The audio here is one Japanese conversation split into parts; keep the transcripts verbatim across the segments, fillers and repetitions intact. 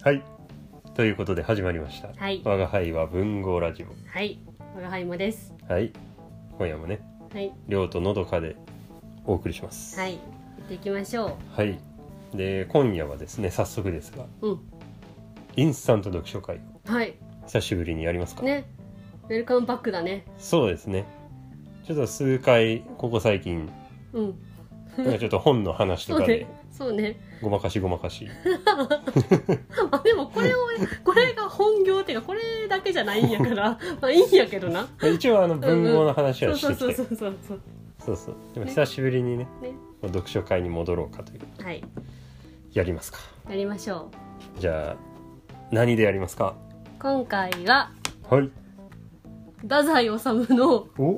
はい、ということで始まりました、 はい、 我が輩は文豪ラジオ。 はい、我が輩もです。 はい、今夜もね、 はい、 亮とのどかでお送りします。 はい、行っていきましょう。はい、で今夜はですね、早速ですが、うん、インスタント読書会、 はい、 久しぶりにやりますかね。ウェルカムバックだね。 そうですね、ちょっと数回ここ最近、うん、なんかちょっと本の話とかでそうね、 ごまかしごまかしあでもこれをこれが本業っていうかこれだけじゃないんやからまあいいんやけどな。 一応あの文豪の話はしてきて、 うんうん、そうそうそうそうそうそう、でも久しぶりに ね, ね読書会に戻ろうかという、はい、やりますか。 やりましょう。じゃあ何でやりますか。 今回ははい、 太宰治のお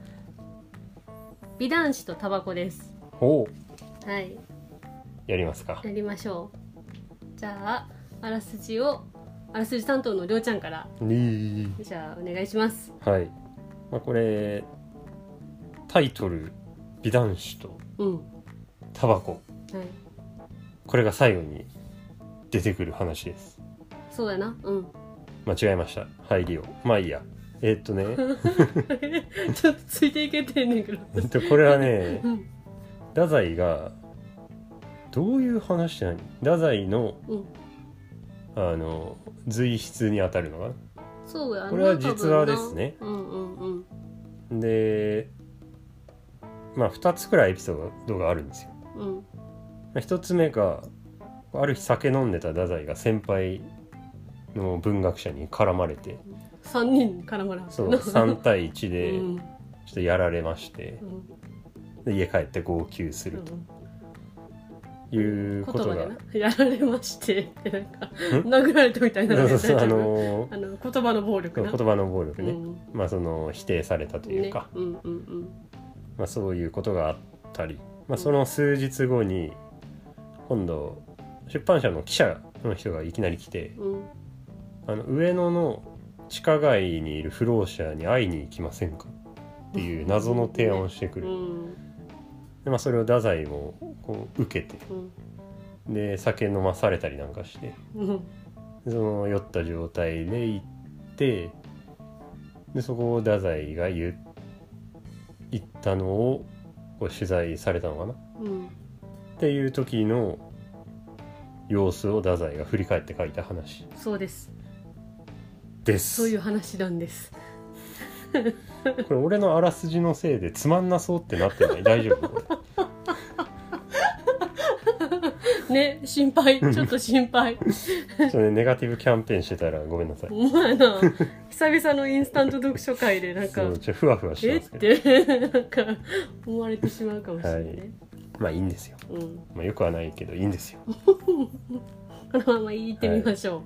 美男子とタバコです。 お、 はい、 やりますか。 やりましょう。じゃああらすじをあらすじ担当のりょうちゃんから、じゃあお願いします。 はい、まあ、これタイトル美男子とタバコ、うん、はい、これが最後に出てくる話です。 そうやな。うん、 間違えました、入りを。まあいいや。えー、っとねちょっとついていけてんねんけどえっとこれはね、うん、太宰がどういう話って何？太宰の、うん、あの随筆にあたるのかな。 そうやな。 これは実話ですね。 うんうんうん。 で、まあふたつくらいエピソードがあるんですよ。うん、まあ、ひとつめがある日酒飲んでた太宰が先輩の文学者に絡まれて、 さんにん絡まれて、 そうさん対いちでちょっとやられまして、うん、で家帰って号泣すると。うん、いうことがやられましてってなんか殴られたみたいな、ね、そうそう、あのー、あの言葉の暴力な言葉の暴力ね、うん、まあその否定されたというか、ね、うんうんうん、まあ、そういうことがあったり、まあ、その数日後に今度出版社の記者の人がいきなり来て、うん、あの上野の地下街にいる不老者に会いに行きませんかっていう謎の提案をしてくる、うん、でまあ、それを太宰もこう受けて、うん、で酒飲まされたりなんかして、うん、その酔った状態で行って、でそこを太宰が言言ったのをこう取材されたのかな、うん、っていう時の様子を太宰が振り返って書いた話。 そうですですそういう話なんですこれ俺のあらすじのせいでつまんなそうってなってない？大丈夫？ ね、心配、ちょっと心配ちょっとね、ネガティブキャンペーンしてたらごめんなさい。 お前な、久々のインスタント読書会でなんかそうちょふわふわしてますけど、 えってなんか思われてしまうかもしれない、はい、 まあいいんですよ、うん、まあ、よくはないけどいいんですよこのまま言ってみましょう、はい、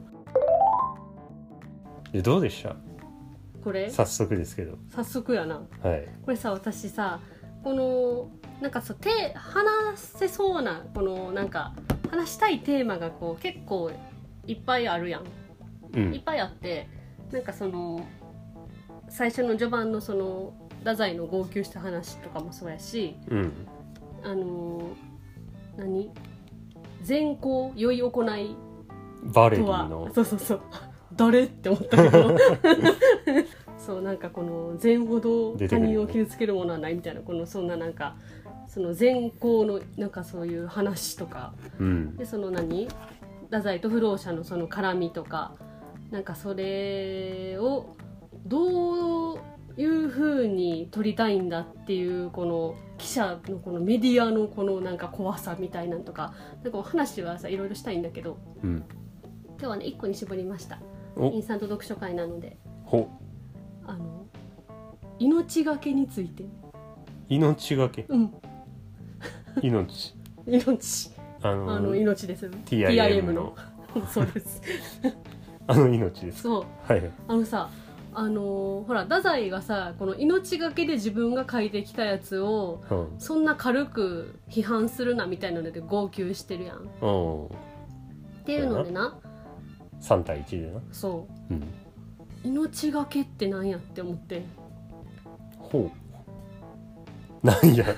でどうでした？ これ早速ですけど。 早速やな、 はい、 これさ、私さ、このなんかさ、手話せそうなこのなんか話したいテーマがこう結構いっぱいあるやん、うん、いっぱいあって、なんかその最初の序盤のその太宰の号泣した話とかもそうやし、うん、あの何善行良い行いバレリーのそうそうそう誰って思ったけどそう、なんかこの善ほど他人を傷つけるものはないみたいな、このそんななんかその善行のなんかそういう話とか、うん、でその何太宰と不老者のその絡みとか、なんかそれをどういう風に撮りたいんだっていうこの記者のこのメディアのこのなんか怖さみたいなんとか、なんか話はさいろいろしたいんだけど、うん、今日はねいっこに絞りました。インスタント読書会なので、ほあの命がけについて。 命がけ、うん、 命命あのあの命ですよ ティーアイエム のそうですあの命です。 そう、はい、あのさ、あのほら太宰がさこの命がけで自分が書いてきたやつを、うん、そんな軽く批判するなみたいなので号泣してるやん、うん、っていうのでなさん対いちでな、 そう、うん、命がけってなんやって思って、 ほうなんや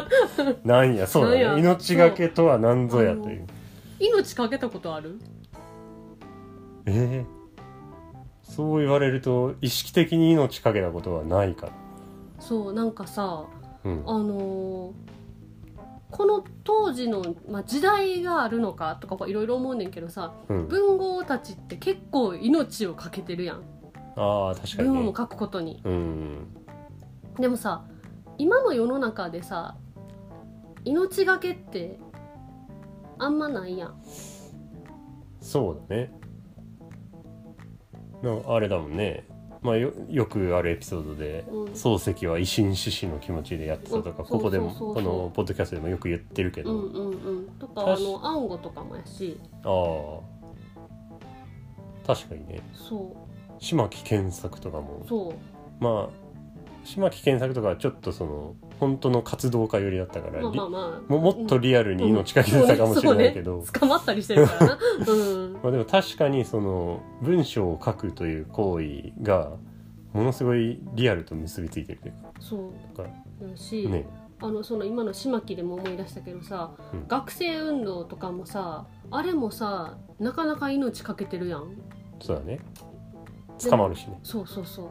なんやそうだね、命がけとは何ぞやという。 命かけたことある？ えー、そう言われると意識的に命かけたことはないか。 そうなんかさ、 うん、 あのー、この当時の、まあ、時代があるのかとかいろいろ思うねんけどさ、うん、文豪たちって結構命をかけてるやん。 あ確かに、ね、 文を書くことに、 うん、 でもさ今の世の中でさ命がけってあんまないやん。 そうだね。あれだもんね、まあ、よ, よくあるエピソードで、うん、漱石は維新志士の気持ちでやってたとか、うん、ここでもこのポッドキャストでもよく言ってるけど、 うんうんうん、とかあの暗号とかもやし、 ああ確かにね。 そう島木健作とかもそうまあ島木健作とかはちょっとその本当の活動家寄りだったから、 まあまあまあ、 も, もっとリアルに命かけてたかもしれないけど、 うんねね、捕まったりしてるからな、うんまあでも確かにその文章を書くという行為がものすごいリアルと結びついてるというか、 そうだし、ね、あのその今の島木でも思い出したけどさ、うん、学生運動とかもさあれもさなかなか命かけてるやん。 そうだね、捕まるしね。 そうそうそう、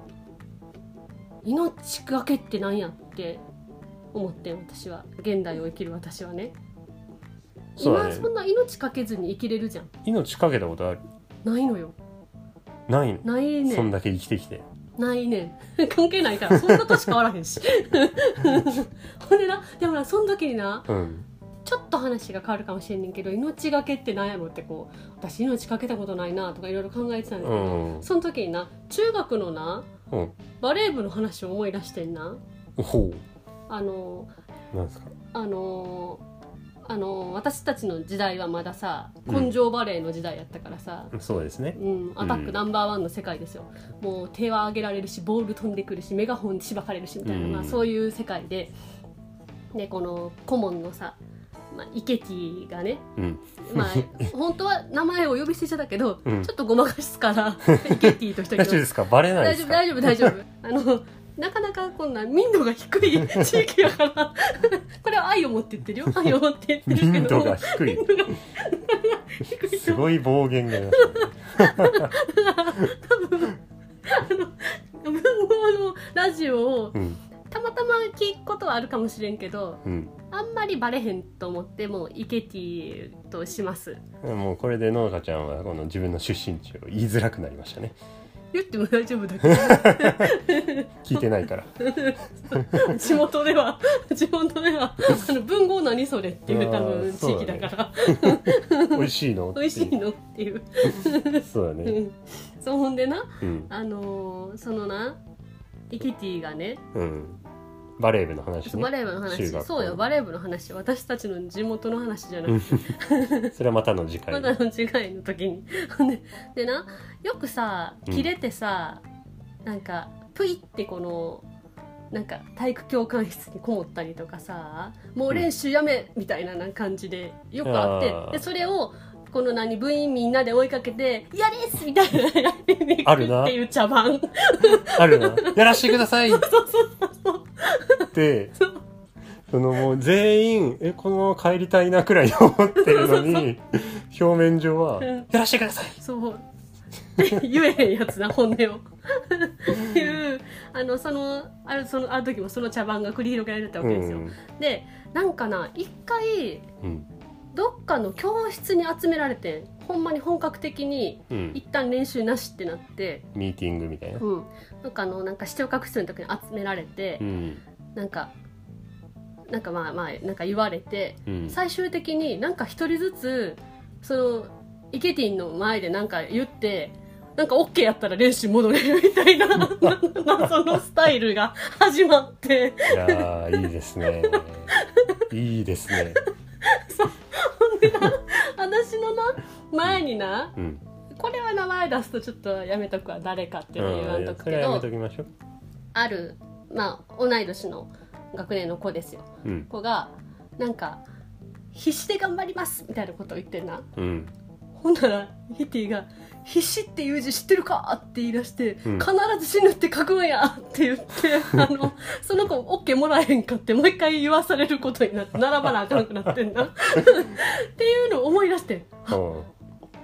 命がけってなんやって思って私は現代を生きる私はね。そうだね、今そんな命かけずに生きれるじゃん。 命かけたことある？ ないのよ。 ないの？ ないね。 そんだけ生きてきてないね関係ないからそんな年変わらへんしほんでな、でもなその時にな、うん、ちょっと話が変わるかもしれんねんけど、命がけってなんやろってこう私命かけたことないなとかいろいろ考えてたんだけど、うん、その時にな中学のな、うん、バレー部の話を思い出してんな。 ほう。 あのなんですか？ あのあの私たちの時代はまださ根性バレーの時代やったからさ、 うん、そうですね、 うん、アタックナンバーワンの世界ですよ、うん、もう手は上げられるしボール飛んでくるしメガホンしばかれるしみたいな、うんまあ、そういう世界ででこの顧問のさ、まあ、イケティがね、うんまあ、本当は名前を呼び捨てしてたけど、うん、ちょっとごまかすからイケティと一人大丈夫ですか？バレないですか？ 大丈夫大丈夫大丈夫あのなかなかこんな民度が低い地域やからこれは愛を持って言ってるよ、愛を持って言ってるけど民度が低い低いすごい暴言がありましたね多分あの文豪のラジオを、うん、たまたま聞くことはあるかもしれんけど、うん、あんまりバレへんと思ってもうイケティとします。 もうこれでののかちゃんはこの自分の出身地を言いづらくなりましたね。 言っても大丈夫だけど聞いてないから地元では地元ではあの文豪何それっていう多分地域だから美味しいの美味しいのっていうそうだね、うん、 そうほんでな、うん、あのー、そのなイキティがね、うんバレー部の話ね。 バレー部の話、そうよバレー部の話、私たちの地元の話じゃなくてそれはまたの次回またの次回の時にで, でなよくさ切れてさ、うん、なんかプイってこのなんか体育教官室にこもったりとかさもう練習やめみたいな感じでよくあって、うん、でそれをこの何部員みんなで追いかけてやれっすみたいなやってみるっていう茶番あるなやらしてくださいそうそうそうそうでそのもう全員えこのまま帰りたいなくらい思ってるのに表面上は、うん、やらしてくださいそう言えへんやつな本音をっていうあのそのあるそのある時もその茶番が繰り広げられたわけですよ、うん、でなんかな一回、うんどっかの教室に集められてほんまに本格的に一旦練習なしってなって、 うん、ミーティングみたいな、 うん、どっかのなんか視聴覚室の時に集められて、うん、なんかなんかまあまあなんか言われて、うん、最終的になんか一人ずつそのイケティンの前でなんか言ってなんか OK やったら練習戻れるみたいな謎のスタイルが始まっていやーいいですねいいですねそうほんでな私のな前にな、うん、これは名前出すとちょっとやめとくわ誰かっていうの言わんとくけど、うん、それはやめときましょう。ある、まあ、同い年の学年の子ですよ、うん、子がなんか必死で頑張りますみたいなことを言ってんな、うん、ほんならヒティが必死っていう字知ってるかって言い出して、うん、必ず死ぬって書くんやって言ってあのその子 OK もらえへんかってもう一回言わされることになって並ばなあかんくなってんなっていうのを思い出して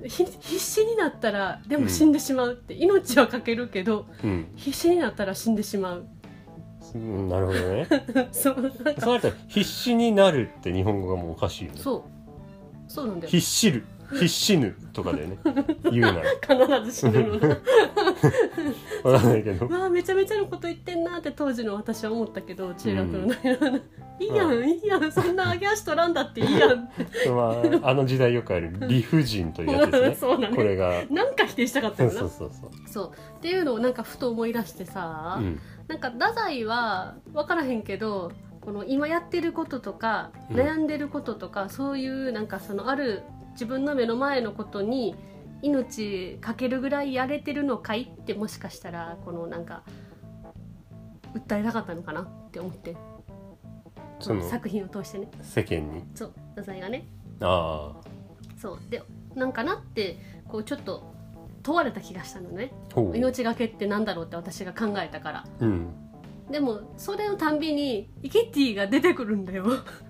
必死になったらでも死んでしまうって、うん、命はかけるけど、うん、必死になったら死んでしまう、 うん、なるほどねそうなんかそうなったら必死になるって日本語がもうおかしいよね。 そうそうなんだよ。 必死る必死ぬとかでね言うなら必ず死ぬのな分かんないけどわあめちゃめちゃのこと言ってんなって当時の私は思ったけど中学の内容、うん、いいやん、うん、いいやんそんな揚げ足取らんだっていいやんって、 まあ、あの時代よくある理不尽というやつですねそうだね、 これがなんか否定したかったよなそうそうそうそうっていうのをなんかふと思い出してさ、うん、なんか太宰は分からへんけどこの今やってることとか悩んでることとか、うん、そういうなんかそのある自分の目の前のことに命かけるぐらいやれてるのかいってもしかしたらこのなんか訴えたかったのかなって思ってその作品を通してね世間にそう太宰がねああそうでなんかなってこうちょっと問われた気がしたのね。命がけってなんだろうって私が考えたから、うん、でもそれのたんびにイケティが出てくるんだよ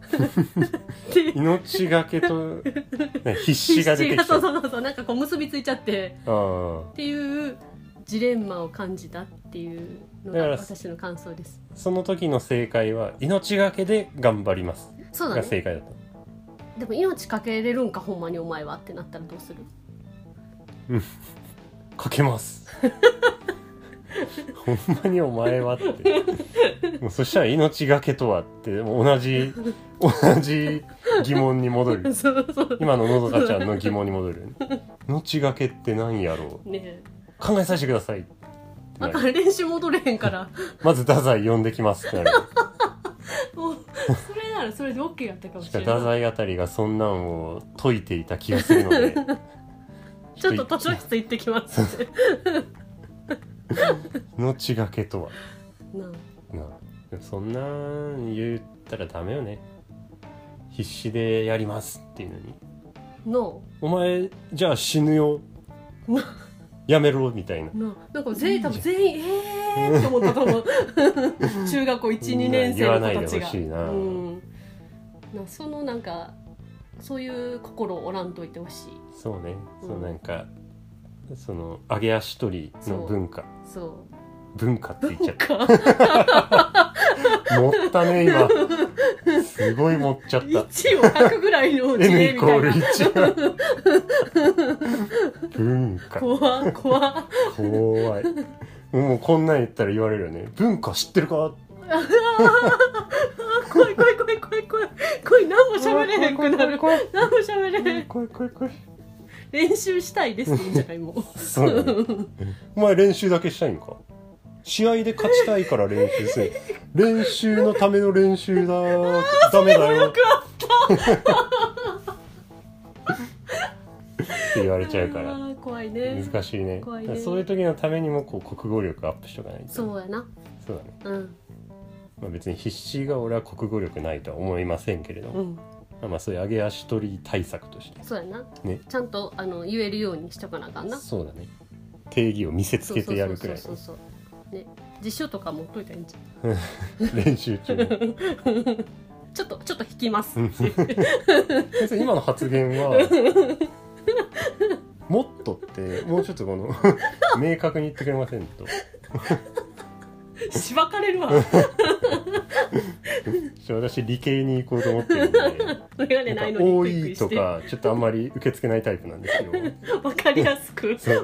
命がけと必死が出てきちゃうそうそうそうなんかこう結びついちゃってっていうジレンマを感じたっていうのが私の感想です。 その時の正解は命がけで頑張りますそうだ、ね、 が正解だった。 でも命かけれるんかほんまにお前はってなったらどうする？ うんかけますほんまにお前はってもうそしたら命がけとはってもう同じ同じ疑問に戻るそうそう今ののどかちゃんの疑問に戻る命がけって何やろう、ね、考えさせてくださいあかん練習戻れへんからまず太宰呼んできますってなるもうそれならそれで OK やったかもしれない。 太宰あたりがそんなんを解いていた気がするのでちょっと図書室行ってきますって命がけとはなあなあそんなん言ったらダメよね。必死でやりますっていうのにのお前じゃあ死ぬよやめろみたいなななんか全員多分全員えーって思ったと思う中学校 いち,に 年生の子たちが言わないでほしいな、うん、なそのなんかそういう心おらんといてほしい。 そうね、うん、そうなんかその揚げ足取りの文化そう文化って言っちゃった持ったね今すごい持っちゃったいちをひゃくぐらいの字 N イコールいち文化怖い怖い怖いもうこんなん言ったら言われるよね。文化知ってるか怖い怖い怖い怖い怖い怖い何も喋れへんくなる何も喋れへん怖い怖い怖い練習したいですねじゃがいもそうだねお前練習だけしたいんか。試合で勝ちたいから練習する練習のための練習だダメだよよくあったって言われちゃうから怖いね難しいね。 怖いね。 そういう時のためにもこう国語力アップしとかないと。 そうやなそうだね、 うんまあ、別に必死が俺は国語力ないとは思いませんけれども、うんまあ、そういう上げ足取り対策としてそうやな、ね、ちゃんとあの言えるようにしとかなあかんな。 そうだね定義を見せつけてやるくらいそうそうそうそう、ね、辞書とか持っといたらいいんじゃん練習中ちょっとちょっと引きます先生今の発言はもっとってもうちょっとこの明確に言ってくれませんとしばかれるわ私理系に行こうと思ってるんでそれがねないのに多いとかちょっとあんまり受け付けないタイプなんですよわかりやすくそう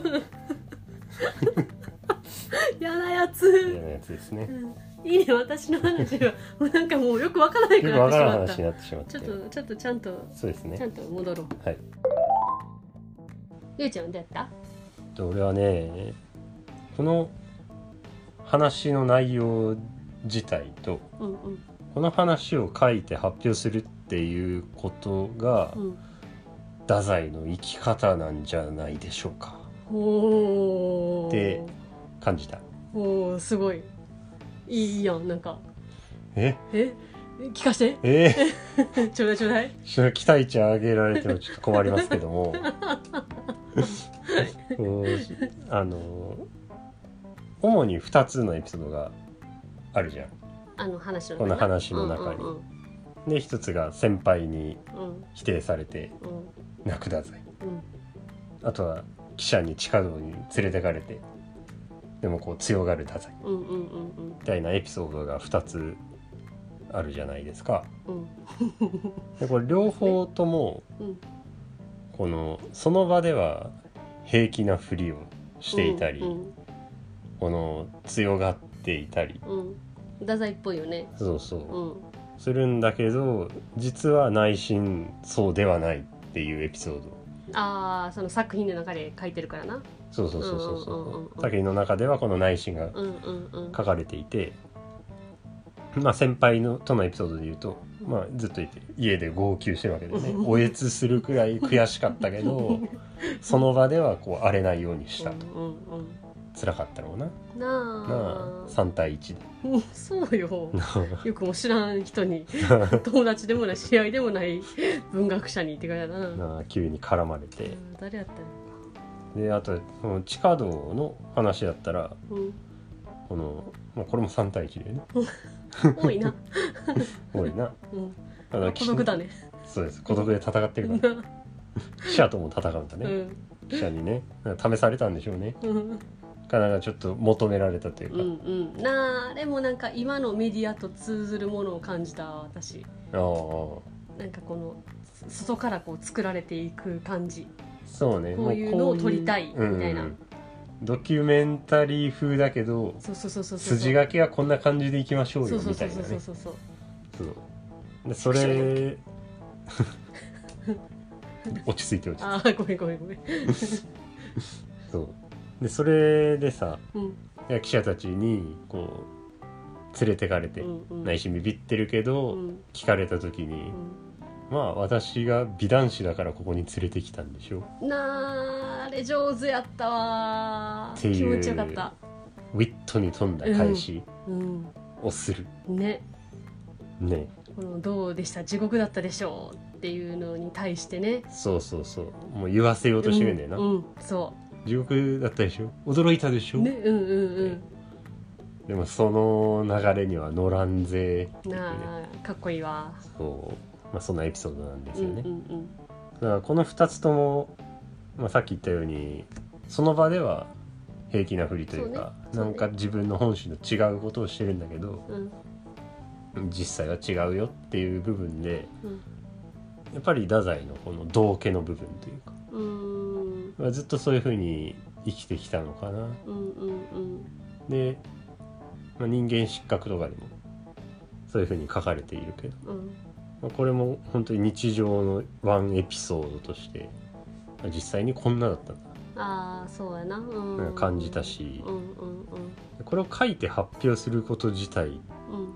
嫌なやつ嫌なやつですね、 うん、いいね私の話はもうなんかもうよくわからないくなってしまった。よくわからん話になってしまってちょっとちょっとちゃんとそうですねちゃんと戻ろう。 はいゆうちゃんどうやった俺はねこの話の内容自体と、うんうん、この話を書いて発表するっていうことが、うん、太宰の生き方なんじゃないでしょうかって感じた。 おーすごいいいやんなんかええ聞かせてえー、ちょうだいちょうだい期待値上げられてもちょっと困りますけどもあの主にふたつのエピソードがあるじゃんあの話のこの話の中に、うんうんうん、で一つが先輩に否定されて、うん、泣く太宰、 あとは汽車に地下道に連れてかれて、でもこう強がる太宰うんうんうんうんみたいなエピソードがふたつあるじゃないですか。 うん、 でこれ両方とも、 うん、 このその場では平気なふりをしていたり、 うんうん、 この強がっていたり、 うん、太宰っぽいよね。 そうそう、 うん、 するんだけど実は内心そうではないっていうエピソード。 ああ、その作品の中で書いてるからな。 そうそうそうそうそう,、 うんうんうんうん、 作品の中ではこの内心が書かれていて、うんうんうん、まあ先輩のとのエピソードで言うと、まあ、ずっといて家で号泣してるわけでねおえつするくらい悔しかったけどその場ではこう荒れないようにしたと、うんうんうん、辛かったろうな。 なあ、 なあさん対いちでそうよよくも知らん人に友達でもない知り合いでもない文学者にって感じだな。 なあ急に絡まれて、 うん、誰やったのであとこの地下道の話だったら、うん、この、まあ、これもさん対いちでね多いな多いな、 うん、あの孤独だね。 そうです、孤独で戦ってるから記者とも戦うんだね、うん、記者にね試されたんでしょうね、うんかなんかちょっと求められたというか、うんうん、なあでもなんか今のメディアと通ずるものを感じた私。ああなんかこの外からこう作られていく感じ。 そうね、 こういうのを撮りたいみたいな、うんうん、 ドキュメンタリー風だけど筋書きはこんな感じでいきましょうよみたいなね。そうそうそうそうそうでそれ落ち着いて落ち着いてあーごめんごめんごめんそうでそれでさ、うん、記者たちにこう連れてかれて、うんうん、内心ビビってるけど、うん、聞かれた時に、うん、まあ私が美男子だからここに連れてきたんでしょなあ、あれ上手やったわっていう気持ちよかった。 ウィットに富んだ返しをする、 うんうん、ねねこのどうでした地獄だったでしょうっていうのに対してね。 そうそうそうもう言わせようとしてるんだよな、 うんうん、そう地獄だったでしょ驚いたでしょ、 ね、うんうんうん、 でもその流れには乗らんぜって、ね、 なあかっこいいわ。 そう、まあ、そんなエピソードなんですよね、 うんうんうん、 だからこのふたつとも、まあ、さっき言ったようにその場では平気なふりというかう、ねうね、なんか自分の本心と違うことをしてるんだけど、うん、実際は違うよっていう部分で、うん、やっぱり太宰のこの道化の部分というか、うーんずっとそういう風に生きてきたのかな、うんうんうん、で、まあ、人間失格とかでもそういう風に書かれているけど、うんまあ、これも本当に日常のワンエピソードとして実際にこんなだったんだあーそうやな、うんうん、 感じたし、うんうんうん、これを書いて発表すること自体、うん、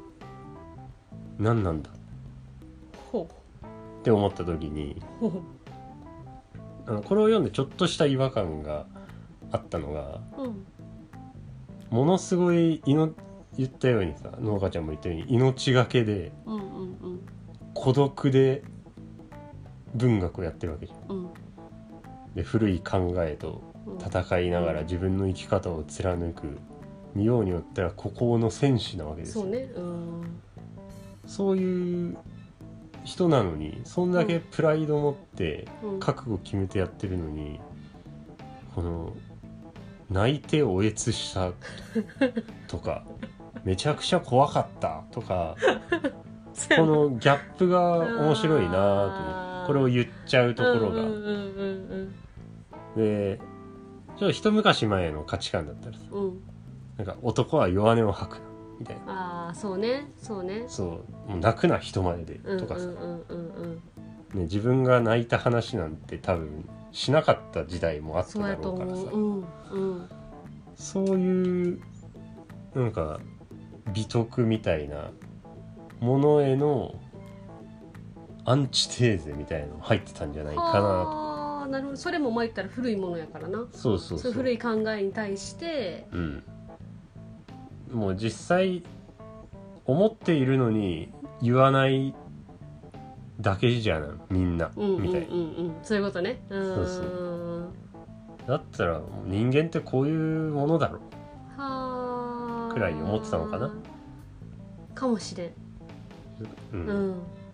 何なんだほうって思った時にあのこれを読んでちょっとした違和感があったのが、うん、ものすごいいの言ったようにさ農家ちゃんも言ったように命がけで、うんうんうん、孤独で文学をやってるわけじゃん、うん、で古い考えと戦いながら自分の生き方を貫く見ようによっては孤高の戦士なわけですよ。 そうね、うん、 そういう人なのにそんだけプライド持って覚悟決めてやってるのに、うん、この泣いておえつしたとかめちゃくちゃ怖かったとかこのギャップが面白いなと思ってこれを言っちゃうところが、うんうんうんうん、でちょっと一昔前の価値観だったらさ、うん、なんか男は弱音を吐くなみたいなあそうねそうねそうもう泣くな人前でとかさ、うんうんうんうんね、自分が泣いた話なんて多分しなかった時代もあっただろうからさ そう、うんうん、そういうなんか美徳みたいなものへのアンチテーゼみたいなの入ってたんじゃないかなと。 あなるほどそれも前言ったら古いものやからな。 そうそうそうそういう古い考えに対して、 うん、もう実際思っているのに言わないだけじゃんみんな、うんうんうんうん、みたいなそういうことねうーんそうそうだったら人間ってこういうものだろはくらいに思ってたのかなかもしれん、うんうん、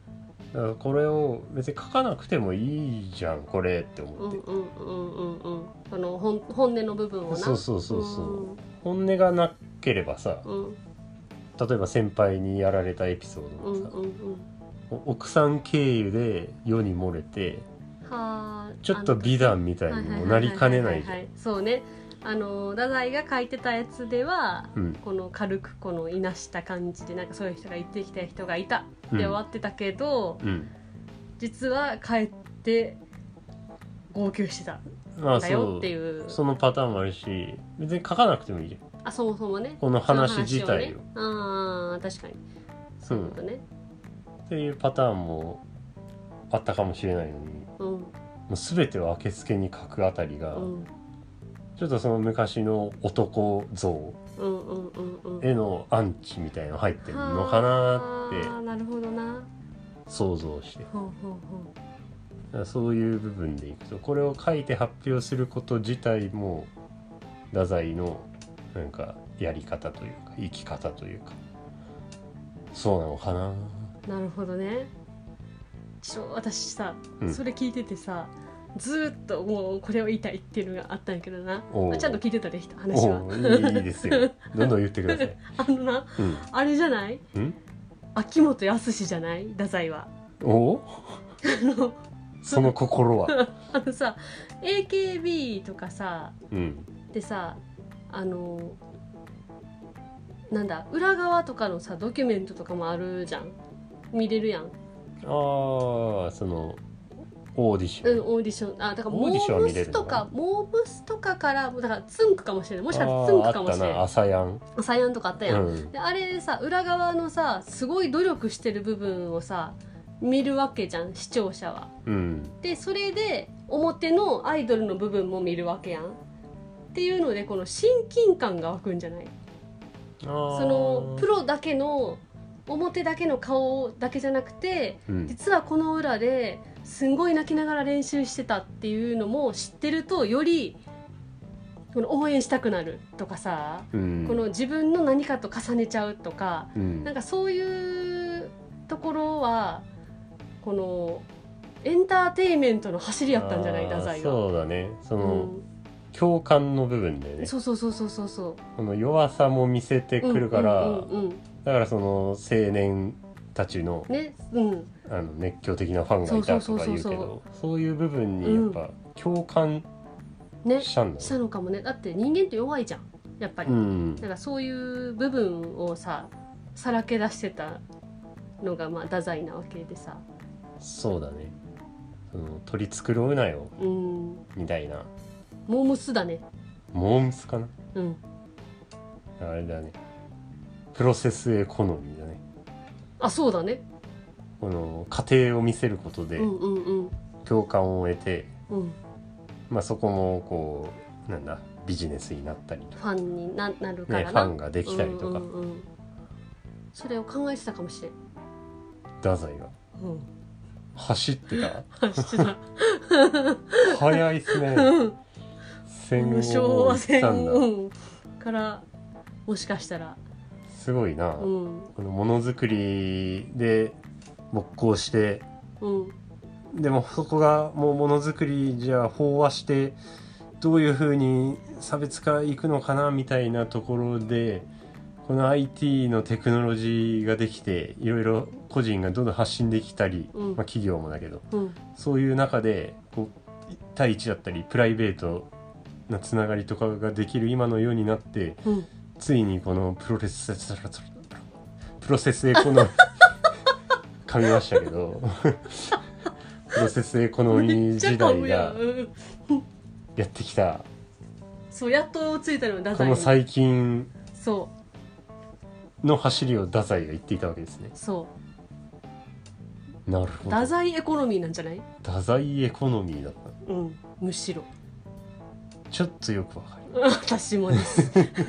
だからこれを別に書かなくてもいいじゃんこれって思って、 うんうんうんうんうんその本本音の部分をなそうそうそうそう、 うん、 本音がなければさ、 うん、 例えば先輩にやられたエピソードもさ、 うんうんうん、 奥さん経由で世に漏れてはちょっと美談みたいにもなりかねないじゃん。 そうね、あの太宰が書いてたやつでは、 うん、 この軽くこのいなした感じでなんかそういう人が行ってきた人がいたで終わってたけど、 うんうん、 実は帰って号泣してたんだよっていう、 まあ、そ, そのパターンもあるし別に書かなくてもいいじゃん。 あそもそもねこの話自体を、ね、 ああ確かにそういうことね、 うん、っていうパターンもあったかもしれないのに、うん、もう全てをあけすけに書くあたりが、うん、ちょっとその昔の男像へのアンチみたいなの入ってるのかなってあなるほどな想像して、 ほうほうほうそういう部分でいくとこれを書いて発表すること自体も太宰のなんかやり方というか生き方というかそうなのかな。 なるほどね。ちょ私さ、うん、それ聞いててさずっともうこれを言いたいっていうのがあったんやけどな、あちゃんと聞いてたで話は。 いいですよどんどん言ってくださいあのな、うん、あれじゃない、うん、秋元康じゃない太宰は。 おあのその心はあのさ エーケービー とかさ、 うん、でさあのなんだ裏側とかのさドキュメントとかもあるじゃん、見れるやん。 ああそのオーディション、 うん、オーディションあだからモーブスとかモーブスとかからだからツンクかもしれない、もしかしたらツンクかもしれない。 あったな、朝やん朝やんとかあったやん、うん、であれでさ裏側のさすごい努力してる部分をさ見るわけじゃん視聴者は、 うん、 でそれで表のアイドルの部分も見るわけやんっていうのでこの親近感が湧くんじゃない。 あそのプロだけの表だけの顔だけじゃなくて、うん、実はこの裏ですんごい泣きながら練習してたっていうのも知ってるとよりこの応援したくなるとかさ、うん、この自分の何かと重ねちゃうとか、うん、なんかそういうところはこのエンターテインメントの走りやったんじゃない太宰が。 そうだねその、うん、共感の部分でねそうそうそうそうそうそうこの弱さも見せてくるから、 うんうんうんうん、 だからその青年たちの、 ねうん、 あの熱狂的なファンがいたとか言うけどそういう部分にやっぱ共感したんだ、ね、 したのかもね。だって人間って弱いじゃんやっぱり、うん、だからそういう部分をささらけ出してたのがまあ太宰なわけでさ。 そうだねその取り繕うなよ、うん、みたいな。 モームスだね。 モームスかな。 うんあれだねプロセスエコノミーだね。 あそうだねこの過程を見せることで共感を得て、うんうん、まあそこもこうなんだビジネスになったりファンに な, なるからな、 ね、ファンができたりとか、 うんうんうん、それを考えてたかもしれん太宰が、うん、走ってた走ってた早いっすね戦後昭和戦後からもしかしたらすごいな、うん、このものづくりで没効して、うん、でもそこがもうものづくりじゃ飽和してどういう風に差別化いくのかなみたいなところでこの アイティー のテクノロジーができていろいろ個人がどんどん発信できたり、うんまあ、企業もだけど、うん、そういう中でこう対一だったりプライベートなつながりとかができる今のようになって、うん、ついにこのプロレスプロセスエコノミー噛みましたけどプロセスエコノミー時代がやってきた。 そうやっとついたの太宰この最近そうの走りを太宰が言っていたわけですね。 そうなるほど太宰エコノミーなんじゃない。 太宰エコノミーだった。 うんむしろちょっとよくわかる私もです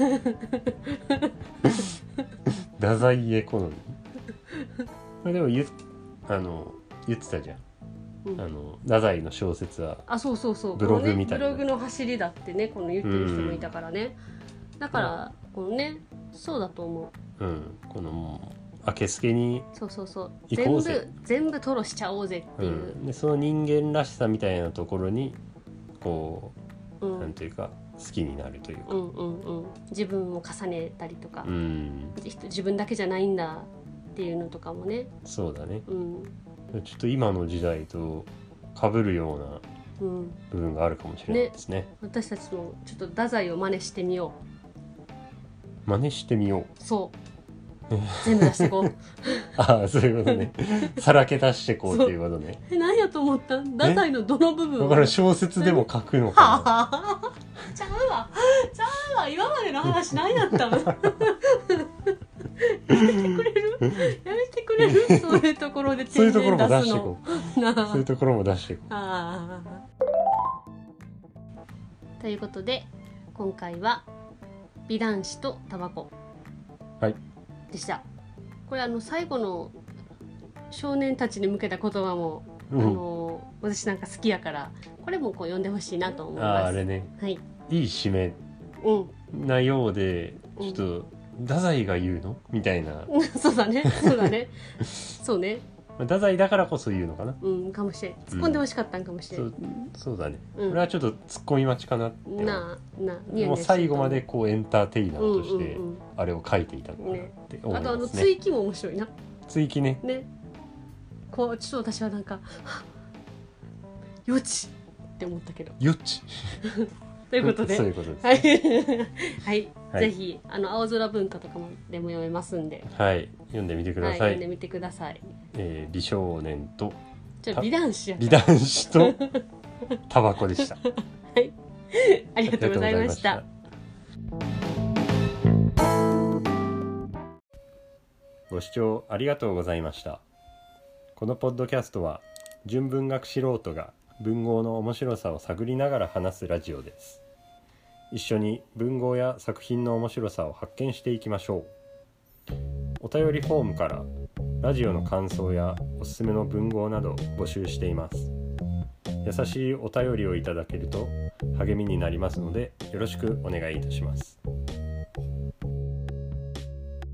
太宰エコノミーでも言あの言ってたじゃん、うん、あの太宰の小説はあそうそうそうブログみたいな、 ね、ブログの走りだってねこの言ってる人もいたからね、うん、だからこのねそうだと思う、うん、このも明けすけにそうそうそう行こうぜ、 全部全部吐露しちゃおうぜっていう、うん、 でその人間らしさみたいなところにこう、うん、なんていうか好きになるというか、 うんうんうん、自分を重ねたりとか、 うん、 自分だけじゃないんだっていうのとかもね。 そうだね、 うん、 ちょっと今の時代と被るような部分があるかもしれないですね。 うん、ね、私たちもちょっと太宰を真似してみよう。真似してみよう。 そう全部出してこうああ、そういうことね。さらけ出してこうっていうことね。 え、何やと思ったん？太宰のどの部分？ だから小説でも書くのかな。ちゃうわちゃうわ、今までの話何やったのやめてくれるやめてくれるそういうところでそういうところも出してこうそういうところも出してこうあということで今回は美男子とタバコはいでした。これあの最後の少年たちに向けた言葉も、うん、あの私なんか好きやからこれもこう読んでほしいなと思います。 ああれね、 はい、 いい締めなようで、うん、ちょっと太宰が言うのみたいなそうだねそうだねそうね太宰だからこそ言うのかな、 うんかもしれん。突っ込んでほしかったんかもしれん、うん、 そ, そうだね、うん、俺はちょっと突っ込み待ちかなってなあなあもう最後までこうエンターテイナーとしてあれを書いていたのかなって思いますね。 あとあの追記も面白いな。 追記ねねこうちょっと私はなんかよちって思ったけどよちということでそういうことです、 ね、はい、 はい、 ぜひあの青空文化とかもでも読めますんで、 はい、読んでみてください、はい、 読んでみてください。 えー、美少年とちょ美男子や美男子とタバコでしたはいありがとうございました。 ご視聴ありがとうございました。このポッドキャストは純文学素人が文豪の面白さを探りながら話すラジオです。一緒に文豪や作品の面白さを発見していきましょう。お便りフォームからラジオの感想やおすすめの文豪など募集しています。優しいお便りをいただけると励みになりますのでよろしくお願いいたします。